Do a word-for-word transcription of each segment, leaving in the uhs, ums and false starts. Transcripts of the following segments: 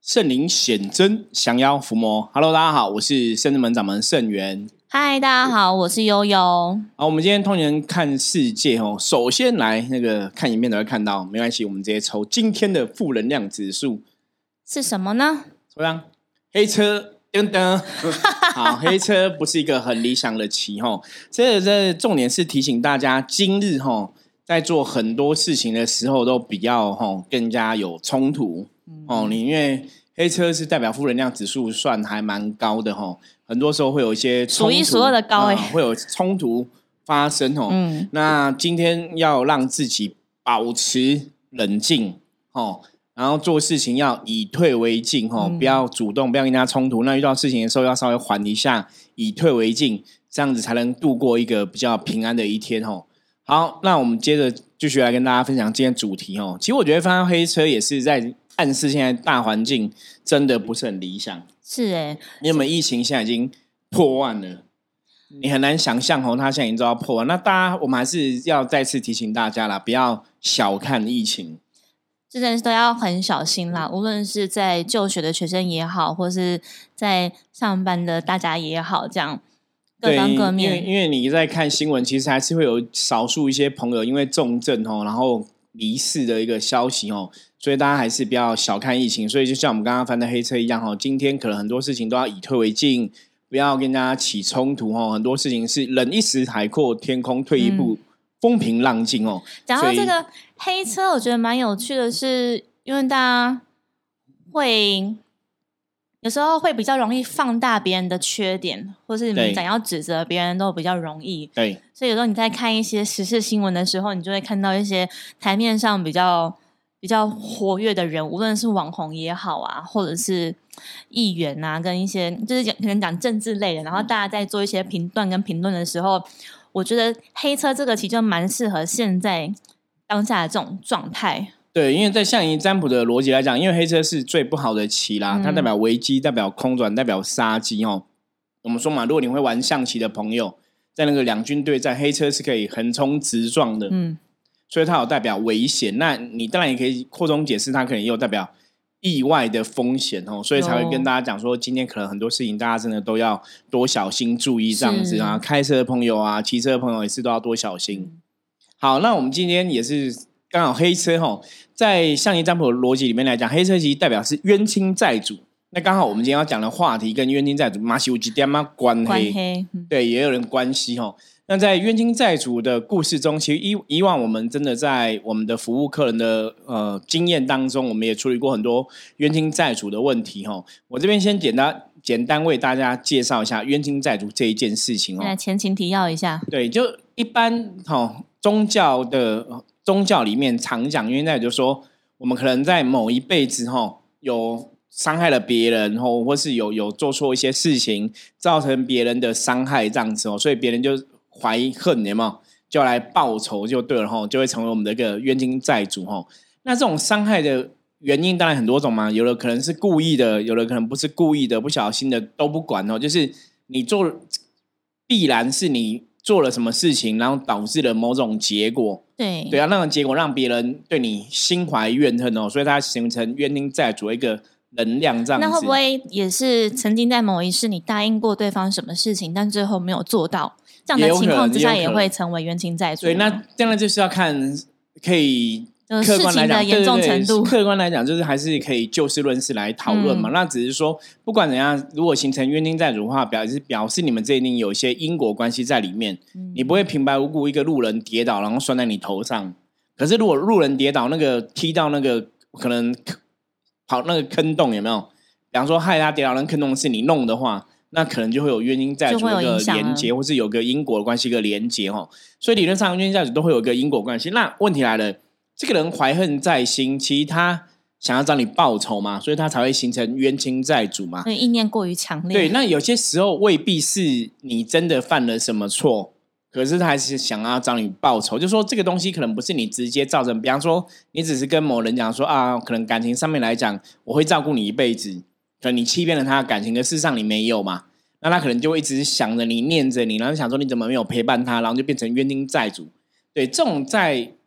圣灵显真，降妖伏魔。Hello， 大家好，我是圣之门掌门圣元。 嗨，大家好，我是悠悠。 好，我们今天通年看世界哦，首先来那个看影片都会看到，没关系，我们直接抽今天的负能量指数是什么呢？ 抽样黑车。噔噔，好，黑车不是一个很理想的棋吼。这这重点是提醒大家，今日吼在做很多事情的时候都比较吼更加有冲突、嗯、哦。你因为黑车是代表负能量指数算还蛮高的吼，很多时候会有一些冲突， 数一数二的高哎、欸呃，会有冲突发生吼。嗯，那今天要让自己保持冷静吼。然后做事情要以退为进、嗯、不要主动，不要跟人家冲突。那遇到事情的时候要稍微缓一下，以退为进，这样子才能度过一个比较平安的一天。好，那我们接着继续来跟大家分享今天主题。其实我觉得翻黑车也是在暗示现在大环境真的不是很理想。 是耶， 因为我们疫情现在已经破万了，你很难想象它现在已经都要破万。那大家我们还是要再次提醒大家啦，不要小看疫情。 这件事都要很小心啦，无论是在就学的学生也好，或是在上班的大家也好，这样各方各面。 因为因为你在看新闻，其实还是会有少数一些朋友因为重症然后离世的一个消息，所以大家还是不要小看疫情。所以就像我们刚刚翻的黑车一样，今天可能很多事情都要以退为进，不要跟大家起冲突。很多事情是忍一时海阔天空，退一步、嗯风平浪静哦。 讲到这个黑车，我觉得蛮有趣的是，因为大家会有时候会比较容易放大别人的缺点，或是你们想要指责别人都比较容易。 对， 所以有时候你在看一些时事新闻的时候，你就会看到一些台面上比较比较活跃的人，无论是网红也好啊，或者是议员啊，跟一些就是可能讲政治类的，然后大家在做一些评断跟评论的时候。我觉得黑车这个棋就蛮适合现在当下的这种状态。 对，因为在象棋占卜的逻辑来讲，因为黑车是最不好的棋啦，嗯、它代表危机，代表空转，代表杀机哦。我们说嘛，如果你会玩象棋的朋友，在那个两军对战，黑车是可以横冲直撞的，嗯，所以它有代表危险。那你当然也可以扩充解释，它可能也有代表意外的风险哦，所以才会跟大家讲说，今天可能很多事情大家真的都要多小心注意这样子啊，开车的朋友啊，骑车的朋友也是都要多小心。好，那我们今天也是刚好黑车哈，在象棋占卜的逻辑里面来讲，黑车其实代表是冤亲债主。那刚好我们今天要讲的话题跟冤亲债主马西有几点嘛关黑， 黑对，也有人关系哈。那在冤亲债主的故事中，其实以以往我们真的在我们的服务客人的呃经验当中，我们也处理过很多冤亲债主的问题哈。我这边先简单简单为大家介绍一下冤亲债主这一件事情哦。 来前情提要一下， 对，就一般哈宗教的宗教里面常讲冤亲债主，就说我们可能在某一辈子哈有伤害了别人吼，或是有有做错一些事情，造成别人的伤害这样子哦，所以别人就怀恨，有没有？就来报仇就对了吼，就会成为我们的一个冤亲债主吼。那这种伤害的原因当然很多种嘛，有的可能是故意的，有的可能不是故意的，不小心的都不管哦。就是你做，必然是你做了什么事情，然后导致了某种结果。 对对啊，那种结果让别人对你心怀怨恨哦，所以它形成冤亲债主一个能量这样子。 那会不会也是曾经在某一世你答应过对方什么事情，但最后没有做到？这样的情况之下也会成为冤亲债主。 对，那当然就是要看可以客观来讲， 事情的严重程度， 对对对，客观来讲就是还是可以就事论事来讨论嘛、嗯。那只是说不管怎样，如果形成冤亲债主的话，表示表示你们这一定有一些因果关系在里面、嗯。你不会平白无故一个路人跌倒然后拴在你头上。可是如果路人跌倒，那个踢到那个可能跑那个坑洞有没有？比方说害他跌倒那坑洞是你弄的话，那可能就会有冤亲债主一个连结，或是有个因果的关系一个连结哈。所以理论上冤亲债主都会有一个因果关系。那问题来了，这个人怀恨在心，其实他想要找你报仇嘛，所以他才会形成冤亲债主嘛。 意念过于强烈。 对，那有些时候未必是你真的犯了什么错，可是他还是想要找你报仇，就说这个东西可能不是你直接造成，比方说你只是跟某人讲说啊，可能感情上面来讲我会照顾你一辈子，可能你欺骗了他的感情，的事实上你没有嘛，那他可能就会一直想着你，念着你，然后想说你怎么没有陪伴他，然后就变成冤亲债主。对，这种在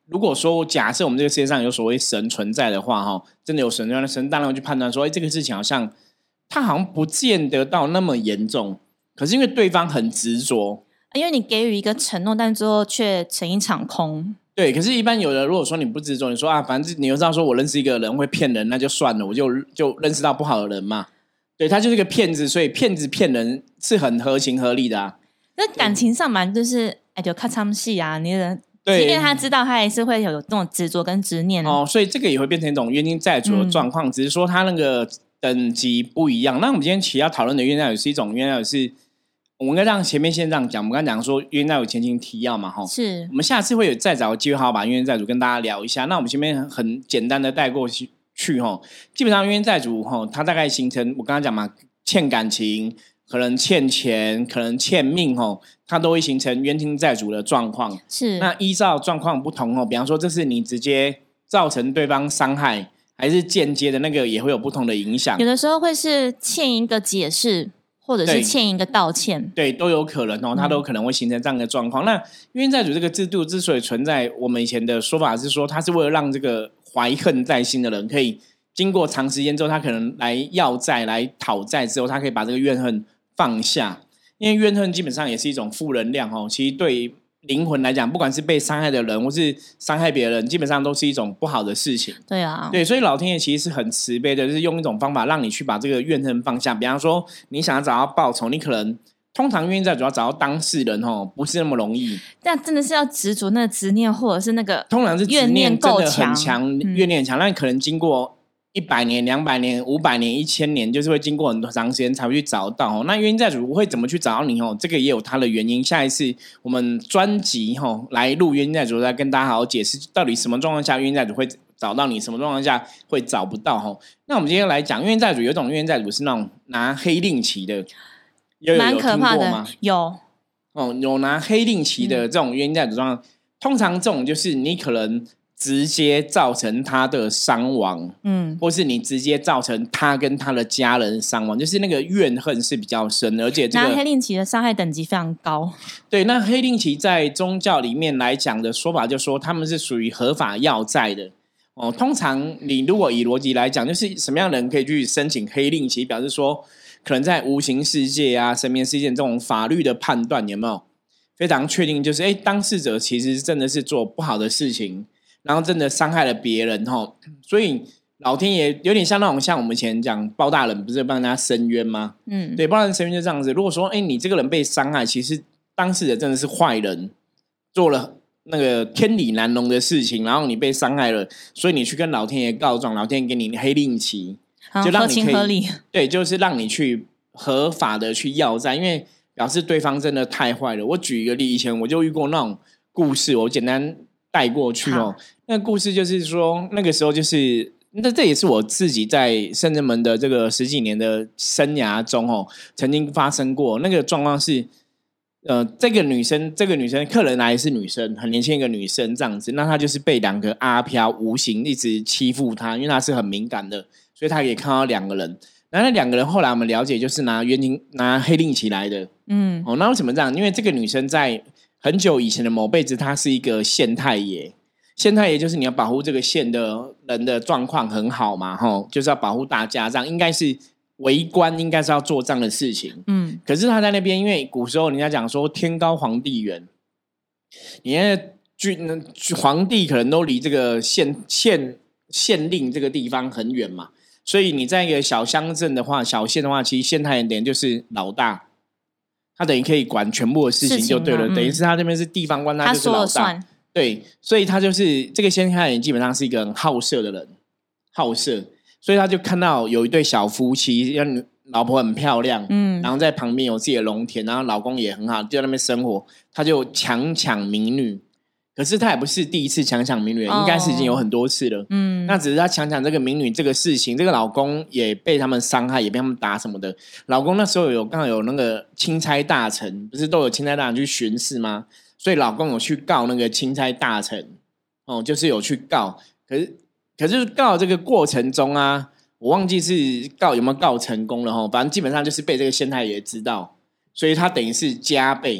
如果说假设我们这个世界上有所谓神存在的话，哈，真的有神，那神当然会去判断说，哎，这个事情好像他好像不见得到那么严重，可是因为对方很执着， 因为你给予一个承诺，但最后却成一场空。 对，可是，一般有的如果说你不执着，你说啊，反正你又知道说我认识一个人会骗人，那就算了，我就就认识到不好的人嘛。对，他就是个骗子，所以骗子骗人是很合情合理的啊。 那感情上蛮就是哎，就看唱戏啊，你的。 对， 即便他知道，他还是会有这种执着跟执念哦，所以这个也会变成一种冤亲债主的状况，嗯、只是说他那个等级不一样。那我们今天其实要讨论的冤亲债主是一种冤亲债主是。我们应该让前面先这样讲，我们刚才讲说冤亲债主前情提要嘛， 是我们下次会有再找个机会好好把冤亲债主跟大家聊一下。那我们前面很简单的带过去，基本上冤亲债主它大概形成我刚才讲嘛，欠感情，可能欠钱，可能欠命，它都会形成冤亲债主的状况。 是那依照状况不同，比方说这是你直接造成对方伤害，还是间接的那个也会有不同的影响。 有的时候会是欠一个解释。或者是欠一个道歉， 对，都有可能哦，它都可能会形成这样的状况。嗯、那冤亲债主这个制度之所以存在，我们以前的说法是说，它是为了让这个怀恨在心的人，可以经过长时间之后，他可能来要债、来讨债之后，他可以把这个怨恨放下。因为怨恨基本上也是一种负能量哦，其实对灵魂来讲，不管是被伤害的人或是伤害别人，基本上都是一种不好的事情。 对啊， 对，所以老天爷其实是很慈悲的，就是用一种方法让你去把这个怨恨放下。比方说，你想要找到报仇，你可能通常冤亲债主要找到当事人哦，不是那么容易。 但真的是要执着那个执念，或者是那个通常是执念真的很强， 嗯、 怨念很强，但可能经过一百年、两百年、五百年、一千年，就是会经过很多长时间才会去找到。那冤亲债主会怎么去找到你？这个也有它的原因。下一次我们专辑来录冤亲债主，再跟大家好好解释到底什么状况下冤亲债主会找到你，什么状况下会找不到。那我们今天来讲冤亲债主，有一种冤亲债主是那种拿黑令旗的， 蛮可怕的。有哦，有拿黑令旗的这种冤亲债主状况，嗯、通常这种就是你可能直接造成他的伤亡，嗯，或是你直接造成他跟他的家人伤亡，就是那个怨恨是比较深，而且这个拿黑令旗的伤害等级非常高。 对，那黑令旗在宗教里面来讲的说法，就说他们是属于合法要债的哦。通常你如果以逻辑来讲，就是什么样的人可以去申请黑令旗，表示说可能在无形世界啊、神明世界这种法律的判断有没有非常确定，就是哎，当事者其实真的是做不好的事情。然后真的伤害了别人，所以老天爷有点像那种像我们以前讲包大人不是帮人家伸冤吗？嗯，对，包大人伸冤就这样子。如果说哎，你这个人被伤害，其实当事者真的是坏人，做了那个天理难容的事情，然后你被伤害了，所以你去跟老天爷告状，老天爷给你黑令旗，就让你可以合情合理。 对，就是让你去合法的去要债，因为表示对方真的太坏了。我举一个例，以前我就遇过那种故事，我简单带过去哦。那个故事就是说，那个时候就是那这也是我自己在圣真门的这个十几年的生涯中哦，曾经发生过那个状况是，呃，这个女生，这个女生客人来是女生，很年轻一个女生这样子，那她就是被两个阿飘无形一直欺负她，因为她是很敏感的，所以她也看到两个人。然后那两个人后来我们了解，就是拿冤亲拿黑令旗来的。嗯，哦，那为什么这样？因为这个女生在很久以前的某辈子，她是一个县太爷。县太爷就是你要保护这个县的人的状况很好嘛，吼，就是要保护大家，这样应该是为官应该是要做这样的事情。嗯，可是他在那边，因为古时候人家讲说天高皇帝远，你看君皇帝可能都离这个县县县令这个地方很远嘛，所以你在一个小乡镇的话，小县的话，其实县太爷等于就是老大，他等于可以管全部的事情就对了，嗯、等于是他那边是地方官，他就是老大。对，所以他就是这个县太爷基本上是一个很好色的人，好色，所以他就看到有一对小夫妻，老婆很漂亮，嗯，然后在旁边有自己的农田，然后老公也很好，就在那边生活，他就强抢民女。可是他也不是第一次强抢民女，哦、应该是已经有很多次了，嗯，那只是他强抢这个民女这个事情，这个老公也被他们伤害，也被他们打什么的。老公那时候有刚好有那个钦差大臣，不是都有钦差大臣去巡视吗？所以老公有去告那个钦差大臣，哦，就是有去告，可是可是告这个过程中啊，我忘记是告有没有告成功了哈，反正基本上就是被这个县太爷知道，所以他等于是加倍，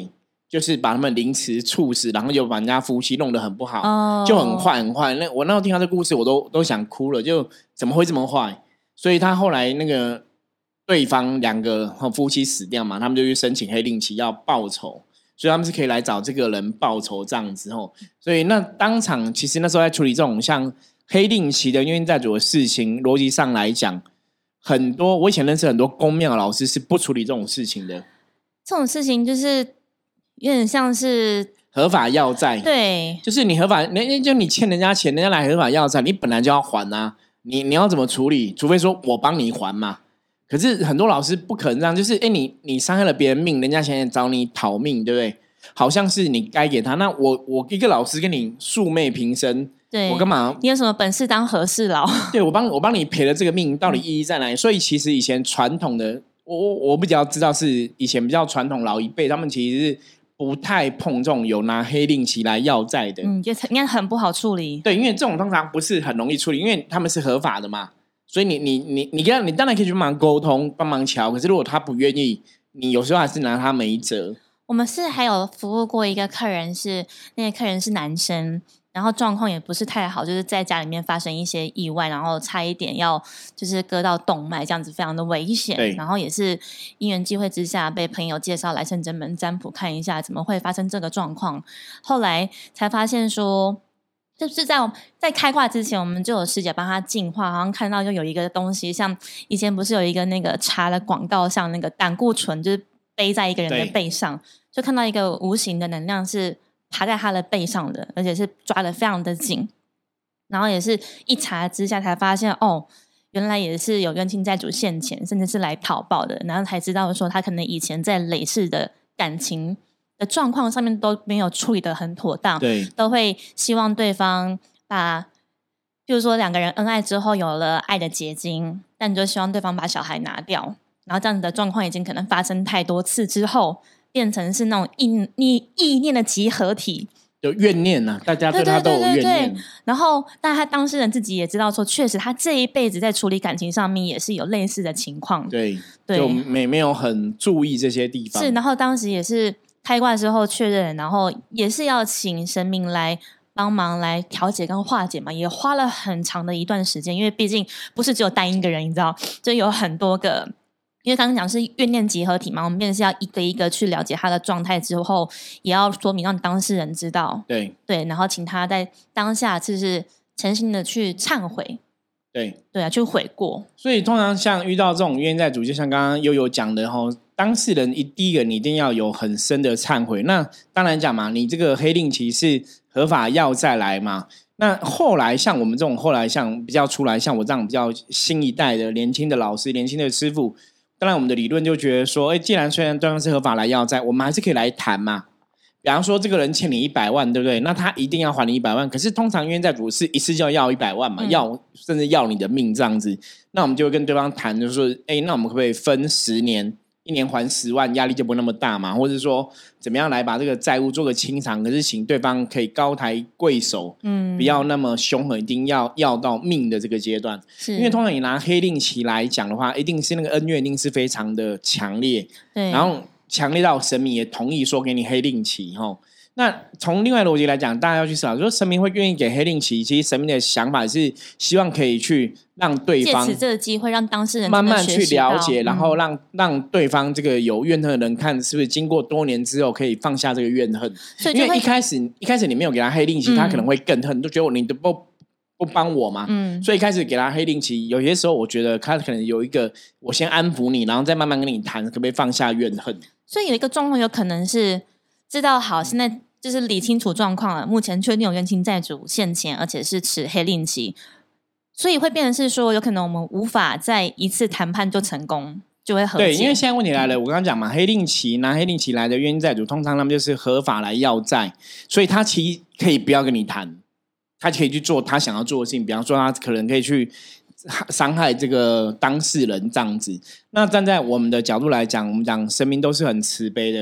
就是把他们凌迟处死，然后就把人家夫妻弄得很不好， 哦、 就很坏很坏。那我那时候听到这故事，我都都想哭了，就怎么会这么坏？所以他后来那个对方两个夫妻死掉嘛，他们就去申请黑令旗要报仇，所以他们是可以来找这个人报仇这样子吼。所以那当场其实那时候在处理这种像黑令旗的冤亲债主的事情，逻辑上来讲，很多我以前认识很多公庙老师是不处理这种事情的。 这种事情就是有点像是合法要债， 对， 就是你合法，那就你欠人家钱，人家来合法要债，你本来就要还啊，你你要怎么处理？除非说我帮你还嘛。可是很多老师不可能这样，就是哎，你你伤害了别人命，人家现在找你讨命，对不对？好像是你该给他，那我我一个老师跟你素昧平生， 对， 我干嘛？ 你有什么本事当和事佬？ 对，我帮我帮你赔了这个命，到底意义在哪里？嗯、所以其实以前传统的，我我比较知道是以前比较传统老一辈，他们其实是不太碰这种有拿黑令旗来要债的。 嗯，就应该很不好处理。 对，因为这种通常不是很容易处理，因为他们是合法的嘛，所以你你你你跟他，你当然可以去帮忙沟通、帮忙瞧，可是如果他不愿意，你有时候还是拿他没辙。 我们是还有服务过一个客人是，那个客人是男生，然后状况也不是太好，就是在家里面发生一些意外，然后差一点要就是割到动脉，这样子非常的危险。然后也是因缘际会之下被朋友介绍来圣真门占卜看一下怎么会发生这个状况，后来才发现说。就是在在开挂之前，我们就有师姐帮他净化，好像看到就有一个东西，像以前不是有一个那个茶的广告，像那个胆固醇就是背在一个人的背上，就看到一个无形的能量是爬在他的背上的，而且是抓得非常的紧。然后也是一查之下才发现，哦，原来也是有冤亲债主现钱，甚至是来讨报的，然后才知道说他可能以前在累世的感情的状况上面都没有处理得很妥当， 对， 都会希望对方把，比如说两个人恩爱之后有了爱的结晶，但你就希望对方把小孩拿掉，然后这样子的状况已经可能发生太多次之后，变成是那种意意意念的集合体， 有怨念呐、啊，大家对他都有怨念。对对对对对， 然后，但他当事人自己也知道说，确实他这一辈子在处理感情上面也是有类似的情况， 对， 对， 就没没有很注意这些地方。 是，然后当时也是。开挂之后确认，然后也是要请神明来帮忙来调解跟化解嘛，也花了很长的一段时间，因为毕竟不是只有单一个人，你知道，就有很多个，因为刚刚讲是怨念集合体嘛，我们便是要一个一个去了解他的状态之后，也要说明让当事人知道， 对对，然后请他在当下就是诚心的去忏悔。 对对啊，去悔过。 所以通常像遇到这种冤亲债主，就像刚刚悠悠讲的吼，当事人一第一个你一定要有很深的忏悔。那当然讲嘛，你这个黑令旗是合法要再来嘛。那后来像我们这种后来像比较出来，像我这样比较新一代的年轻的老师、年轻的师傅，当然我们的理论就觉得说，哎，既然虽然对方是合法来要债，我们还是可以来谈嘛。比方说这个人欠你一百万，对不对？那他一定要还你一百万。可是通常冤亲债主是一次就要一百万嘛，嗯、要甚至要你的命这样子。那我们就会跟对方谈，就是说，哎，那我们可不可以分十年，一年还十万，压力就不会那么大嘛？或者说怎么样来把这个债务做个清偿？可是请对方可以高抬贵手，嗯，不要那么凶狠，一定要要到命的这个阶段。是因为通常你拿黑令旗来讲的话，一定是那个恩怨一定是非常的强烈，对，然后。强烈到神明也同意说给你黑令旗吼，那从另外逻辑来讲，大家要去思考，说神明会愿意给黑令旗，其实神明的想法是希望可以去让对方借此这个机会，让当事人慢慢去了解， 嗯、 然后让让对方这个有怨恨的人看是不是经过多年之后可以放下这个怨恨。因为一开始一开始你没有给他黑令旗，嗯、他可能会更恨，就觉得你都不不帮我嘛，嗯，所以一开始给他黑令旗，有些时候我觉得他可能有一个，我先安抚你，然后再慢慢跟你谈，可不可以放下怨恨。 所以有一个状况，有可能是知道好，现在就是理清楚状况了。目前确定有冤亲债主现钱，而且是持黑令旗，所以会变成是说，有可能我们无法在一次谈判就成功，就会和解。 对，因为现在问题来了，我刚刚讲嘛，黑令旗拿黑令旗来的冤亲债主，通常他们就是合法来要债，所以他其实可以不要跟你谈，他可以去做他想要做的事情，比方说他可能可以去伤害这个当事人这样子。那站在我们的角度来讲，我们讲神明都是很慈悲的，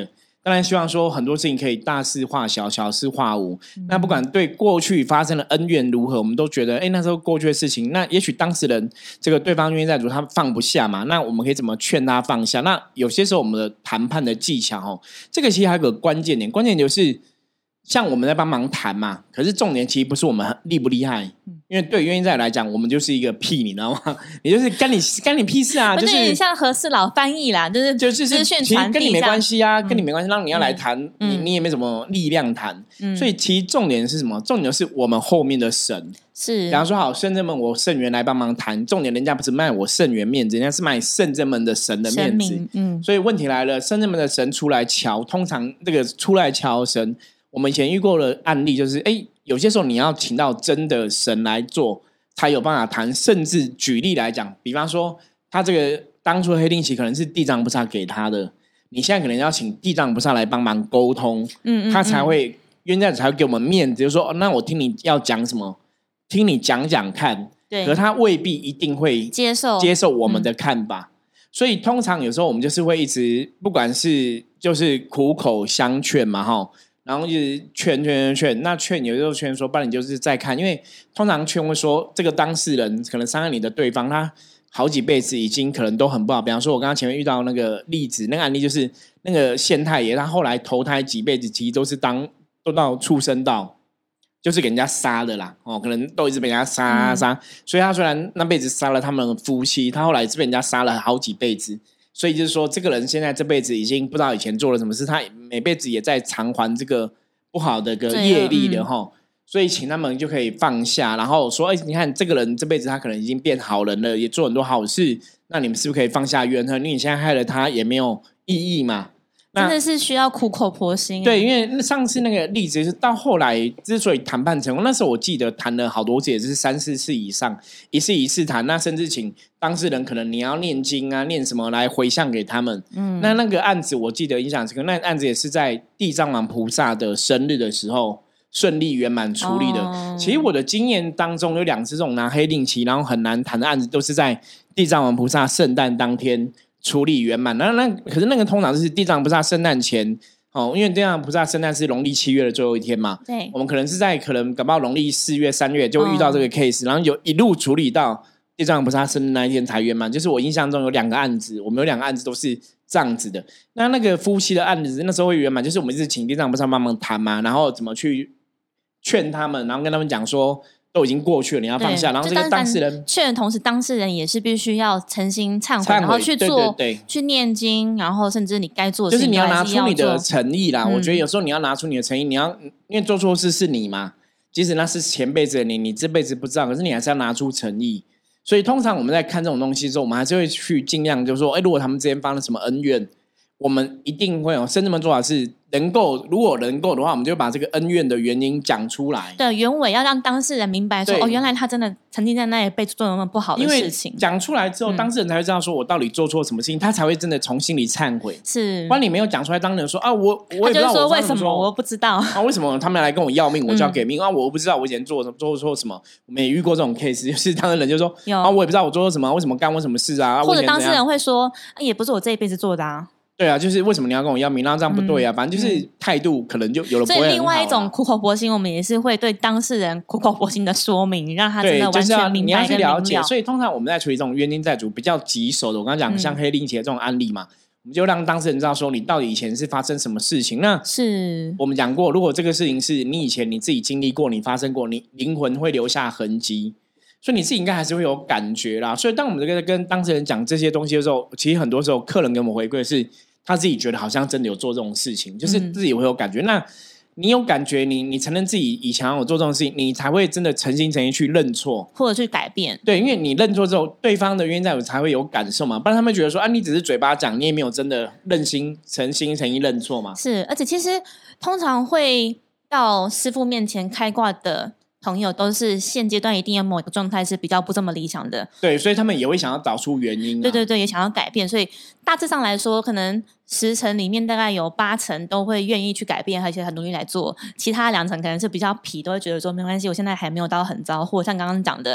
当然希望说很多事情可以大事化小，小事化无、嗯、那不管对过去发生的恩怨如何，我们都觉得哎，那时候过去的事情，那也许当事人这个对方冤债主他放不下嘛，那我们可以怎么劝他放下？那有些时候我们的谈判的技巧哦，这个其实还有个关键点，关键就是像我们在帮忙谈嘛，可是重点其实不是我们厉不厉害，因为对冤债来讲，我们就是一个屁，你知道吗？你就是干你干你屁事啊！就是有点像和事佬翻译啦，就是就是资讯传递， 跟你没关系啊，嗯、跟你没关系，让你要来谈， 嗯、 你你也没什么力量谈、嗯，所以其实重点是什么？重点是我们后面的神。 是， 比方说好，圣真门我圣元来帮忙谈，重点人家不是卖我圣元面子，人家是卖圣真门的神的面子。嗯，所以问题来了，圣真门的神出来瞧，通常这个出来瞧神。我们以前遇过的案例就是，哎，有些时候你要请到真的神来做，才有办法谈。甚至举例来讲，比方说，他这个当初的黑令旗可能是地藏菩萨给他的，你现在可能要请地藏菩萨来帮忙沟通，嗯嗯嗯，他才会冤债主才会给我们面子，就说、哦、那我听你要讲什么，听你讲讲看。对，可是他未必一定会接受接受我们的看法。嗯，所以通常有时候我们就是会一直，不管是就是苦口相劝嘛，哈。然后就是劝劝劝，那劝有时候劝说，不然你就是再看，因为通常劝会说，这个当事人可能伤害你的对方，他好几辈子已经可能都很不好。比方说，我刚刚前面遇到那个例子，那个案例就是那个县太爷，他后来投胎几辈子，其实都是当都到畜生道，就是给人家杀的啦，哦，可能都一直被人家杀杀、嗯，所以他虽然那辈子杀了他们的夫妻，他后来是被人家杀了好几辈子。所以就是说，这个人现在这辈子已经不知道以前做了什么事，他每辈子也在偿还这个不好的个业力的哈、嗯。所以请他们就可以放下，然后说：“哎，你看这个人这辈子他可能已经变好人了，也做很多好事，那你们是不是可以放下怨恨？因为你现在害了他也没有意义嘛。” 真的是需要苦口婆心。 对，因为上次那个例子是到后来之所以谈判成功，那时候我记得谈了好多次，也是三四次以上，一次一次谈，那甚至请当事人可能你要念经啊，念什么来回向给他们。嗯，那那个案子我记得印象深刻，那个案子也是在地藏王菩萨的生日的时候顺利圆满处理的、哦。其实我的经验当中有两次这种拿黑令旗然后很难谈的案子，都是在地藏王菩萨圣诞当天处理圆满。那那可是那个通常就是地藏菩萨圣诞前哦，因为地藏菩萨圣诞是农历七月的最后一天嘛，对，我们可能是在可能搞不好农历四月三月就会遇到这个 case、哦、然后有一路处理到地藏菩萨生日那一天才圆满。就是我印象中有两个案子，我们有两个案子都是这样子的。那那个夫妻的案子那时候会圆满，就是我们是请地藏菩萨帮忙谈嘛，然后怎么去劝他们，然后跟他们讲说都已经过去了，你要放下。然后这个当事人劝的同时，当事人也是必须要诚心忏悔，然后去做，对对对，去念经，然后甚至你该做的事情， 就是你要拿出你的诚意啦、嗯。我觉得有时候你要拿出你的诚意，你要因为做错事是你嘛，即使那是前辈子的你，你这辈子不知道，可是你还是要拿出诚意。所以通常我们在看这种东西的时候，我们还是会去尽量就是说，哎，如果他们之间发生什么恩怨，我们一定会有甚至们做法是能够，如果能够的话，我们就把这个恩怨的原因讲出来。 对，原委要让当事人明白说，哦，原来他真的曾经在那里被做了那么不好的事情。 讲出来之后、嗯，当事人才会知道说我到底做错什么事情，他才会真的从心里忏悔。 是， 不然你没有讲出来，当人说啊，我我也不知道我说为什么我不知道啊，为什么他们来跟我要命，我就要给命、嗯、啊？我不知道我以前做做错什么。我们也遇过这种 case， 就是当事人就说啊，我也不知道我做错什么，为什么干我什么事啊？ 或者当事人会说，啊、也不是我这一辈子做的啊。 对啊，就是为什么你要跟我要命？那这样不对啊、嗯、反正就是态度可能就有了不会很好。 所以另外一种苦口婆心，我们也是会对当事人苦口婆心的说明，让他真的完全明白跟明了。 对，就是要你要去了解。所以通常我们在处理这种冤亲债主比较棘手的，我刚刚讲像黑令旗的这种案例嘛、嗯，我们就让当事人知道说你到底以前是发生什么事情。那是我们讲过，如果这个事情是你以前你自己经历过，你发生过，你灵魂会留下痕迹。所以你自己应该还是会有感觉啦。所以当我们这个跟当事人讲这些东西的时候，其实很多时候客人给我们回馈是他自己觉得好像真的有做这种事情，就是自己会有感觉、嗯、那你有感觉，你你承认自己以前有做这种事情，你才会真的诚心诚意去认错或者去改变。 对，因为你认错之后，对方的冤债主才会有感受嘛，不然他们觉得说啊，你只是嘴巴讲，你也没有真的认心诚心诚意认错嘛。 是，而且其实通常会到师父面前开挂的朋友都是现阶段一定要某一个状态是比较不这么理想的， 对，所以他们也会想要找出原因、啊、 对对对，也想要改变。所以大致上来说，可能十成里面大概有八成都会愿意去改变，而且很努力来做，其他两成可能是比较皮，都会觉得说没关系，我现在还没有到很糟，或者像刚刚讲的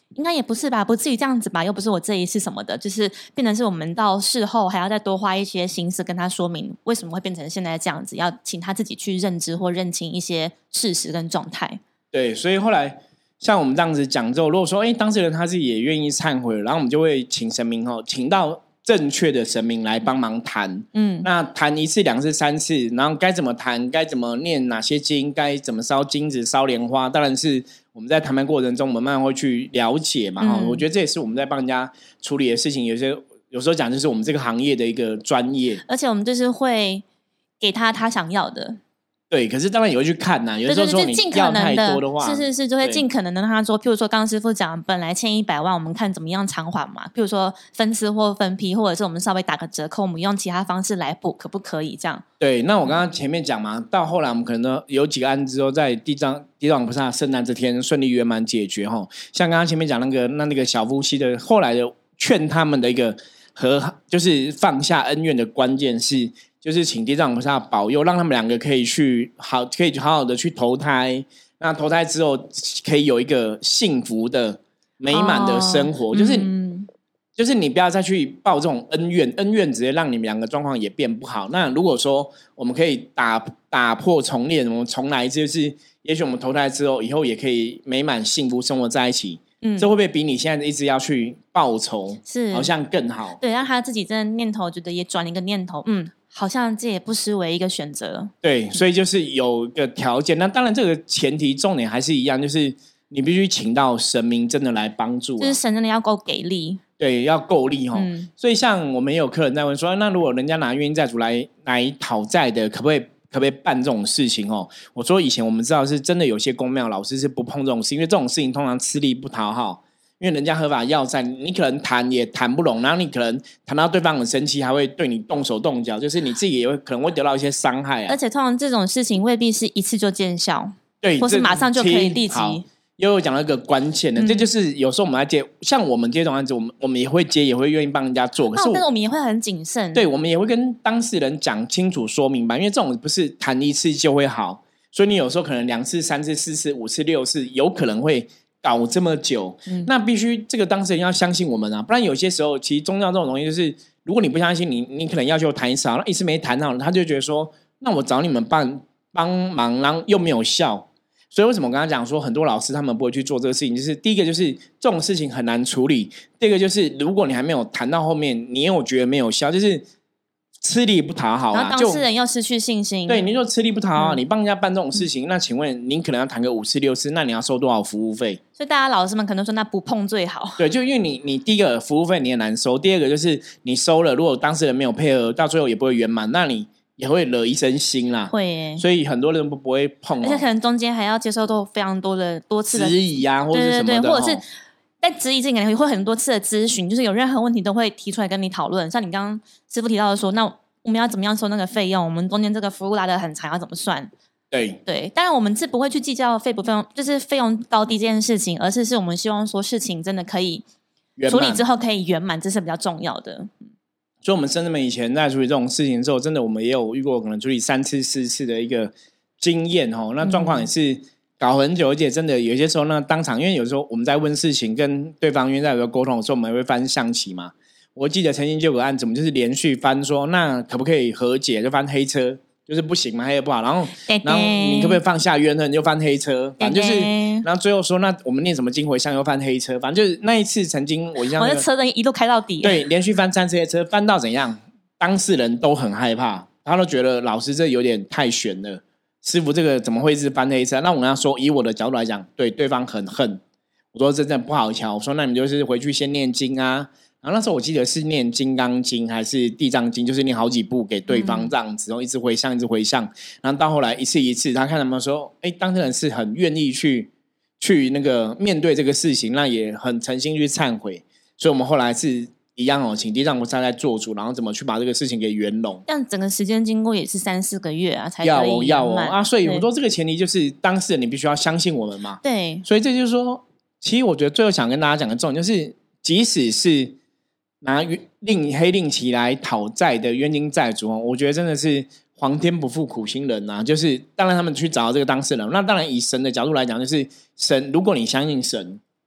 应该也不是吧，不至于这样子吧，又不是我这一次什么的，就是变成是我们到事后还要再多花一些心思跟他说明为什么会变成现在这样子，要请他自己去认知或认清一些事实跟状态。 对，所以后来像我们这样子讲之后，如果说哎当事人他自己也愿意忏悔，然后我们就会请神明哦，请到正确的神明来帮忙谈，嗯，那谈一次、两次、三次，然后该怎么谈，该怎么念哪些经，该怎么烧金子、烧莲花，当然是我们在谈判过程中，我们慢慢会去了解嘛。嗯、我觉得这也是我们在帮人家处理的事情，有些有时候讲就是我们这个行业的一个专业， 而且我们就是会给他他想要的。 对，可是当然也会去看呐、啊。有时候说你要太多的话， 是是是，就会尽可能的让他说，譬如说刚刚师傅讲，本来欠一百万，我们看怎么样偿还嘛。譬如说分次或分批，或者是我们稍微打个折扣，我们用其他方式来补，可不可以这样？ 对，那我刚刚前面讲嘛，到后来我们可能有几个案子之后，在地藏地藏菩萨圣诞这天顺利圆满解决哈。像刚刚前面讲那个那那个小夫妻的，后来的劝他们的一个和就是放下恩怨的关键是。就是请地藏菩萨保佑，让他们两个可以去好，可以好好的去投胎。那投胎之后，可以有一个幸福的、美满的生活。哦、就是、嗯，就是你不要再去报这种恩怨，恩怨直接让你们两个状况也变不好。那如果说我们可以打打破重练，我们重来一次，就是也许我们投胎之后，以后也可以美满幸福生活在一起。嗯，这会不会比你现在一直要去报仇，是好像更好？ 对，让他自己真的念头觉得也转一个念头，嗯。好像这也不失为一个选择。 对，所以就是有一个条件。那当然，这个前提重点还是一样，就是你必须请到神明真的来帮助、啊， 就是神真的要够给力， 对，要够力哈、嗯。所以像我们也有客人在问说，那如果人家拿冤亲债主来来讨债的，可不可以可不可以办这种事情哦？我说以前我们知道是真的，有些公庙老师是不碰这种事，因为这种事情通常吃力不讨好。因为人家合法要债，你可能谈也谈不拢，然后你可能谈到对方很生气，还会对你动手动脚，就是你自己也会可能会得到一些伤害啊。 而且通常这种事情未必是一次就见效， 对， 或是马上就可以立即。 又有讲到一个关键的、嗯，这就是有时候我们来接，像我们接这种案子，我们我们也会接，也会愿意帮人家做。可是我， 哦、但是我们也会很谨慎。 对，我们也会跟当事人讲清楚、说明白，因为这种不是谈一次就会好，所以你有时候可能两次、三次、四次、五次、六次，有可能会。搞这么久、嗯，那必须这个当事人要相信我们啊，不然有些时候其实宗教这种东西就是，如果你不相信你，你可能要求谈一次，那一次没谈好，他就觉得说，那我找你们帮帮忙，然后又没有效，所以为什么我刚刚讲说很多老师他们不会去做这个事情，就是第一个就是这种事情很难处理，第二个就是如果你还没有谈到后面，你又觉得没有效，就是。吃力不讨好、啊， 然后当事人又失去信心。 对，你就吃力不讨好、啊嗯，你帮人家办这种事情，嗯、那请问您可能要谈个五次六次，那你要收多少服务费？ 所以大家老师们可能说，那不碰最好。 对，就因为你你第一个服务费你也难收，第二个就是你收了，如果当事人没有配合，到最后也不会圆满，那你也会惹一身腥啦。 会耶， 所以很多人不不会碰、哦， 而且可能中间还要接受到非常多的多次的质疑啊，或者什么的， 对对对，或者是。在质疑之前可能会很多次的咨询，就是有任何问题都会提出来跟你讨论。像你刚刚师傅提到的说，那我们要怎么样收那个费用？我们中间这个服务拉得很长，要怎么算？ 对对，当然我们是不会去计较费不费用，就是费用高低这件事情，而是是我们希望说事情真的可以处理之后可以圆满，这是比较重要的。 所以，我们甚至们以前在处理这种事情之后，真的我们也有遇过可能处理三次、四次的一个经验哦。那状况也是。搞很久，而且真的有些时候呢，当场因为有时候我们在问事情，跟对方因为在有个沟通的时候，我们会翻象棋嘛。我记得曾经就有个案子，我们就是连续翻说，那可不可以和解？就翻黑车，就是不行嘛，黑的不好。然后，然后你可不可以放下冤恨？就翻黑车，反正就是，然后最后说，那我们念什么经回向又翻黑车，反正就是那一次曾经我印象、那個， 我的车灯一路开到底， 对，连续翻三次黑车，翻到怎样？当事人都很害怕，他都觉得老师这有点太悬了。师傅这个怎么会是翻黑车？那我跟他说，以我的角度来讲，对对方很恨。我说真的不好瞧。我说那你就是回去先念经啊。然后那时候我记得是念《金刚经》还是《地藏经》，就是念好几部给对方这样子，然后一直回向，一直回向。然后到后来一次一次，他看他们说，哎，当事人是很愿意去去那个面对这个事情，那也很诚心去忏悔。所以我们后来是。一样哦，请地藏菩萨来做主，然后怎么去把这个事情给圆融？ 但整个时间经过也是三四个月啊，才可以要哦要哦啊！所以我说这个前提就是当事人你必须要相信我们嘛。 对， 所以这就是说，其实我觉得最后想跟大家讲的重点就是，即使是拿令黑令旗来讨债的冤亲债主，我觉得真的是皇天不负苦心人啊！就是当然他们去找到这个当事人，那当然以神的角度来讲，就是神，如果你相信神。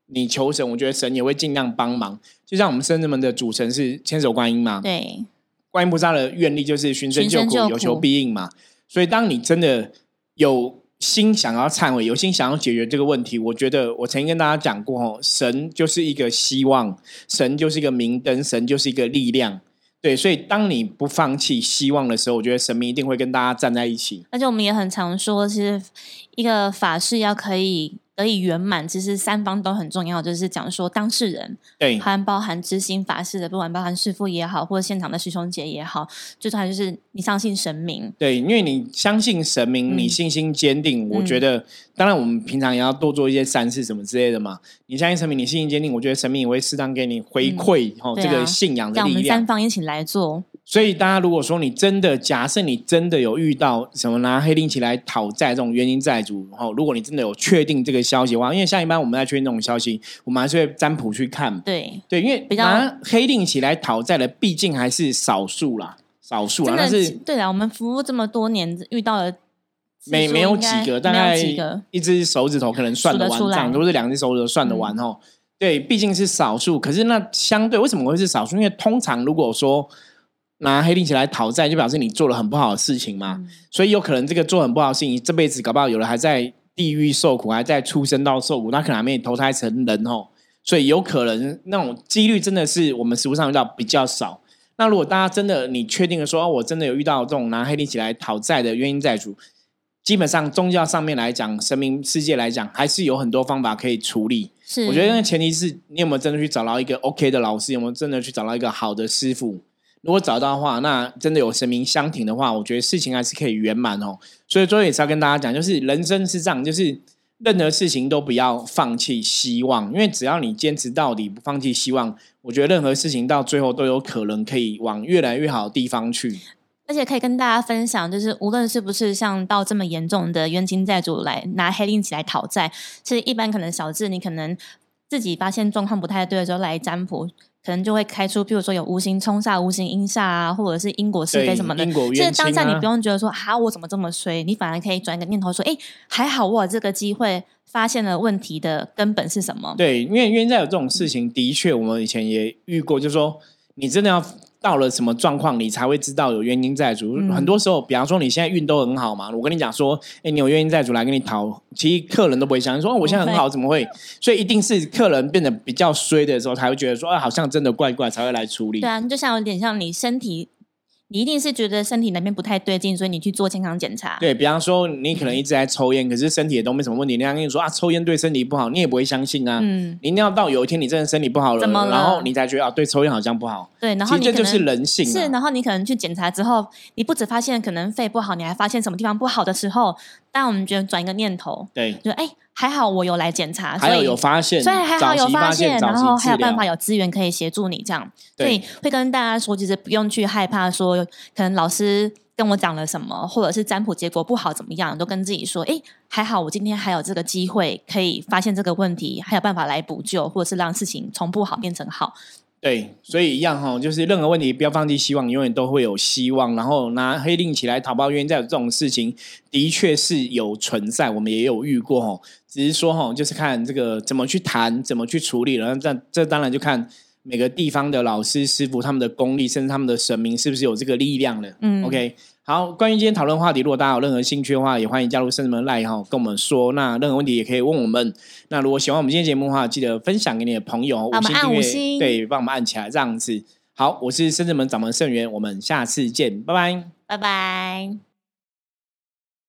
你求神，我觉得神也会尽量帮忙。就像我们圣人们的主神是千手观音嘛， 对， 观音菩萨的愿力就是寻声救苦，有求必应嘛。所以当你真的有心想要忏悔，有心想要解决这个问题，我觉得我曾经跟大家讲过，神就是一个希望，神就是一个明灯，神就是一个力量。对，所以当你不放弃希望的时候，我觉得神明一定会跟大家站在一起。 而且我们也很常说，其实一个法事要可以得以圆满，其实三方都很重要，就是讲说当事人， 对， 含包含执行法事的，不管包含师父也好，或者现场的师兄姐也好，最重要就是你相信神明。 对，因为你相信神明，嗯、你信心坚定，我觉得、嗯、当然我们平常也要多做一些善事什么之类的嘛。你相信神明，你信心坚定，我觉得神明也会适当给你回馈、嗯哦啊、这个信仰的力量。让我们三方一起来做。 所以大家如果说你真的假设你真的有遇到什么拿黑令旗来讨债这种冤亲债主，然后如果你真的有确定这个消息的话，因为像一般我们在确定这种消息，我们还是会占卜去看。 对对，因为拿黑令旗来讨债的毕竟还是少数啦，少数啦。但是对啦，我们服务这么多年遇到的没没有几个，大概一只手指头可能算得完账，都是两只手指头算得完哦、嗯。对，毕竟是少数。可是那相对为什么会是少数？因为通常如果说拿黑令旗来讨债，就表示你做了很不好的事情嘛、嗯，所以有可能这个做很不好的事情，这辈子搞不好有人还在地狱受苦，还在出生道受苦，他可能还没投胎成人哦，所以有可能那种几率真的是我们实务上遇到比较少。那如果大家真的你确定的说、哦、我真的有遇到这种拿黑令旗来讨债的冤亲债主，基本上宗教上面来讲，神明世界来讲，还是有很多方法可以处理。 是， 我觉得那前提是你有没有真的去找到一个 OK 的老师，有没有真的去找到一个好的师傅。如果找到的话，那真的有神明相挺的话，我觉得事情还是可以圆满哦。所以最后也是要跟大家讲，就是人生是这样，就是任何事情都不要放弃希望，因为只要你坚持到底，不放弃希望，我觉得任何事情到最后都有可能可以往越来越好的地方去。 而且可以跟大家分享，就是无论是不是像到这么严重的冤亲债主来拿黑令旗来讨债，其实一般可能小智你可能自己发现状况不太对的时候来占卜，可能就会开出譬如说有无形冲煞、无形阴煞啊，或者是因果是非什么的。 因果冤亲啊， 其实当下你不用觉得说哈我怎么这么衰，你反而可以转一个念头说，哎，还好我有这个机会发现了问题的根本是什么。 对，因为冤亲债有这种事情，的确我们以前也遇过，就是说你真的要到了什么状况你才会知道有冤亲债主、嗯、很多时候比方说你现在运都很好嘛，我跟你讲说哎，你有冤亲债主来跟你讨，其实客人都不会相信说、哦、我现在很好怎么会，所以一定是客人变得比较衰的时候才会觉得说、啊、好像真的怪怪才会来处理。 对啊，就像有点像你身体，你一定是觉得身体那边不太对劲，所以你去做健康检查。 对，比方说你可能一直在抽烟、嗯、可是身体也都没什么问题，人家跟你说啊，抽烟对身体不好，你也不会相信啊。嗯，你一定要到有一天你真的身体不好 了, 了然后你才觉得啊，对，抽烟好像不好。 对，然后你其实这就是人性、啊、 是，然后你可能去检查之后，你不只发现可能肺不好，你还发现什么地方不好的时候，当我们觉得转一个念头， 对， 就哎，还好我有来检查， 还有有发现， 所以还好有发现， 然后还有办法有资源可以协助你这样。所以会跟大家说，其实不用去害怕说可能老师跟我讲了什么，或者是占卜结果不好怎么样，都跟自己说，哎，还好我今天还有这个机会可以发现这个问题，还有办法来补救，或者是让事情从不好变成好。 对，所以一样哈，就是任何问题不要放弃希望，永远都会有希望。然后拿黑令旗来讨报冤亲债主这种事情，的确是有存在，我们也有遇过哈。只是说哈，就是看这个怎么去谈，怎么去处理，然后这这当然就看每个地方的老师师傅他们的功力，甚至他们的神明是不是有这个力量的。嗯 ，OK。好，关于今天讨论话题，如果大家有任何兴趣的话，也欢迎加入圣人们 LINE 哈，跟我们说。那任何问题也可以问我们。那如果喜欢我们今天节目的话，记得分享给你的朋友， 五星订阅， 对，帮我们按起来这样子。好，我是圣人们掌门圣元，我们下次见，拜拜， 拜拜。